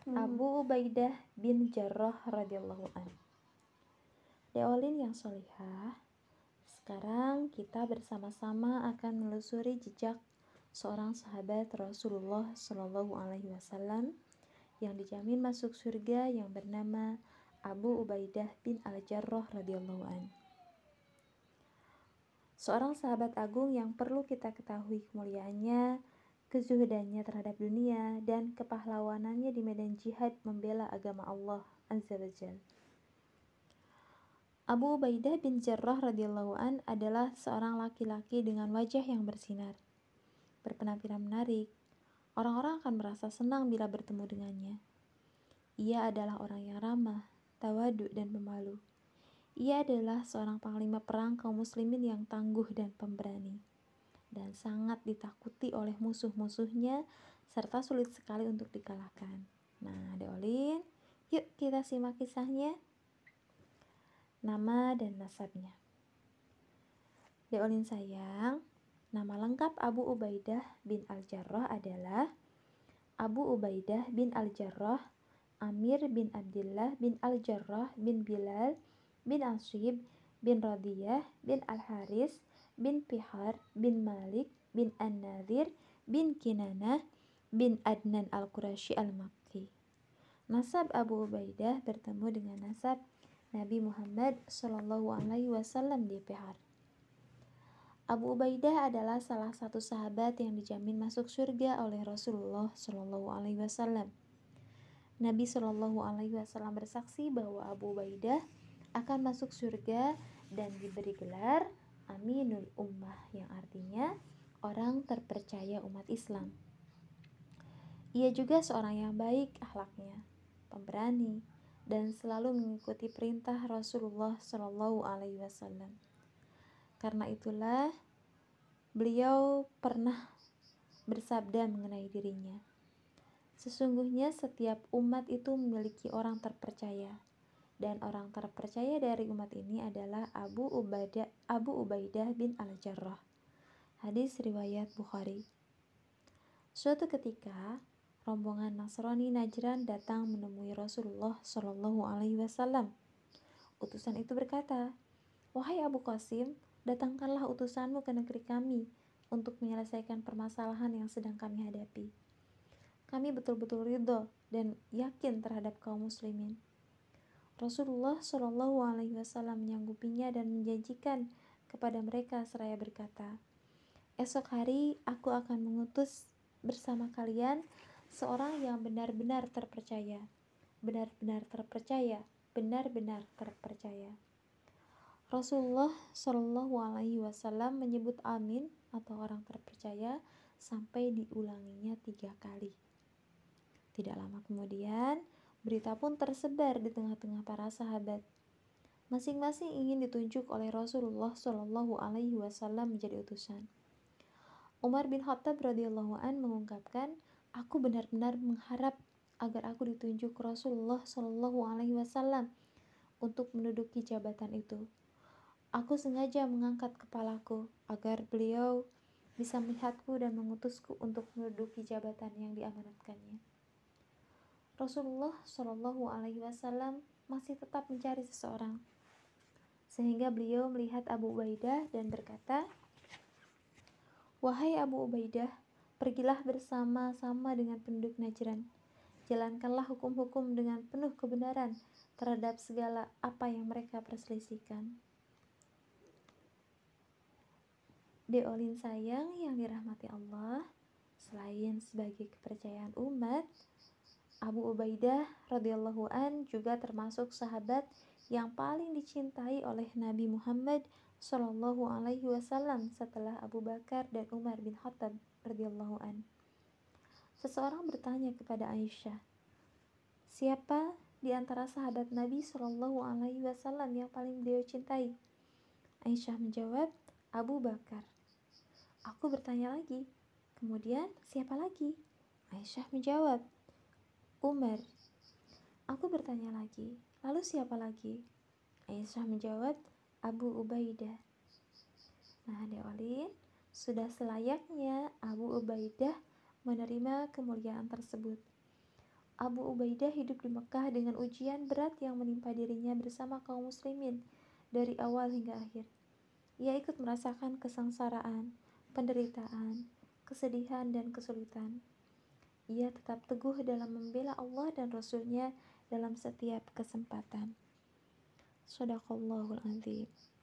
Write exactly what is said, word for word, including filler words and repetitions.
Abu Ubaidah bin Jarrah radhiyallahu an. Deolin yang solihah, sekarang kita bersama-sama akan menelusuri jejak seorang sahabat Rasulullah Shallallahu Alaihi Wasallam yang dijamin masuk surga yang bernama Abu Ubaidah bin Al-Jarrah radhiyallahu an. Seorang sahabat agung yang perlu kita ketahui kemuliaannya, kezuhudannya terhadap dunia, dan kepahlawanannya di medan jihad membela agama Allah Azza wa Jalla. Abu Ubaidah bin Jarrah radhiyallahu an adalah seorang laki-laki dengan wajah yang bersinar, berpenampilan menarik. Orang-orang akan merasa senang bila bertemu dengannya. Ia adalah orang yang ramah, tawadu, dan pemalu. Ia adalah seorang panglima perang kaum muslimin yang tangguh dan pemberani, dan sangat ditakuti oleh musuh-musuhnya, serta sulit sekali untuk dikalahkan. Nah, Deolin, yuk kita simak kisahnya. Nama dan nasabnya. Deolin sayang, nama lengkap Abu Ubaidah bin Al-Jarrah adalah Abu Ubaidah bin Al-Jarrah Amir bin Abdullah bin Al-Jarrah bin Bilal bin Al-Shib bin Radiyah bin Al-Haris bin Pihar bin Malik bin An-Nadir bin Kinanah bin Adnan Al-Qurashi Al-Makki. Nasab Abu Ubaidah bertemu dengan nasab Nabi Muhammad Shallallahu Alaihi Wasallam di Pihar. Abu Ubaidah adalah salah satu sahabat yang dijamin masuk surga oleh Rasulullah Shallallahu Alaihi Wasallam. Nabi Shallallahu Alaihi Wasallam bersaksi bahwa Abu Ubaidah akan masuk surga dan diberi gelar Aminul Ummah, yang artinya orang terpercaya umat Islam. Ia juga seorang yang baik akhlaknya, pemberani, dan selalu mengikuti perintah Rasulullah Shallallahu Alaihi Wasallam. Karena itulah beliau pernah bersabda mengenai dirinya, sesungguhnya setiap umat itu memiliki orang terpercaya, dan orang terpercaya dari umat ini adalah Abu Ubaidah, Abu Ubaidah bin Al-Jarrah. Hadis riwayat Bukhari. Suatu ketika, rombongan Nasrani Najran datang menemui Rasulullah Shallallahu Alaihi Wasallam. Utusan itu berkata, "Wahai Abu Qasim, datangkanlah utusanmu ke negeri kami untuk menyelesaikan permasalahan yang sedang kami hadapi. Kami betul-betul ridho dan yakin terhadap kaum muslimin." Rasulullah Shallallahu Alaihi Wasallam menyanggupinya dan menjanjikan kepada mereka seraya berkata, "Esok hari aku akan mengutus bersama kalian seorang yang benar-benar terpercaya, benar-benar terpercaya, benar-benar terpercaya." Rasulullah Shallallahu Alaihi Wasallam menyebut Amin atau orang terpercaya sampai diulanginya tiga kali. Tidak lama kemudian, berita pun tersebar di tengah-tengah para sahabat. Masing-masing ingin ditunjuk oleh Rasulullah Shallallahu Alaihi Wasallam menjadi utusan. Umar bin Khattab radhiyallahu an mengungkapkan, "Aku benar-benar mengharap agar aku ditunjuk Rasulullah Shallallahu Alaihi Wasallam untuk menduduki jabatan itu. Aku sengaja mengangkat kepalaku agar beliau bisa melihatku dan mengutusku untuk menduduki jabatan yang diamanatkannya." Rasulullah Shallallahu Alaihi Wasallam masih tetap mencari seseorang, sehingga beliau melihat Abu Ubaidah dan berkata, "Wahai Abu Ubaidah, pergilah bersama-sama dengan penduduk Najran. Jalankanlah hukum-hukum dengan penuh kebenaran terhadap segala apa yang mereka perselisihkan." Deolin sayang yang dirahmati Allah, selain sebagai kepercayaan umat, Abu Ubaidah radhiyallahu an juga termasuk sahabat yang paling dicintai oleh Nabi Muhammad Shallallahu Alaihi Wasallam setelah Abu Bakar dan Umar bin Khattab radhiyallahu an. Seseorang bertanya kepada Aisyah, "Siapa di antara sahabat Nabi Shallallahu Alaihi Wasallam yang paling beliau cintai?" Aisyah menjawab, "Abu Bakar." Aku bertanya lagi, "Kemudian siapa lagi?" Aisyah menjawab, "Umar." Aku bertanya lagi, "Lalu siapa lagi?" Aisyah menjawab, "Abu Ubaidah." Nah, Deolin, sudah selayaknya Abu Ubaidah menerima kemuliaan tersebut. Abu Ubaidah hidup di Mekah dengan ujian berat yang menimpa dirinya bersama kaum muslimin dari awal hingga akhir. Ia ikut merasakan kesengsaraan, penderitaan, kesedihan, dan kesulitan. Ia tetap teguh dalam membela Allah dan Rasul-Nya dalam setiap kesempatan. Shadaqallahul Azim.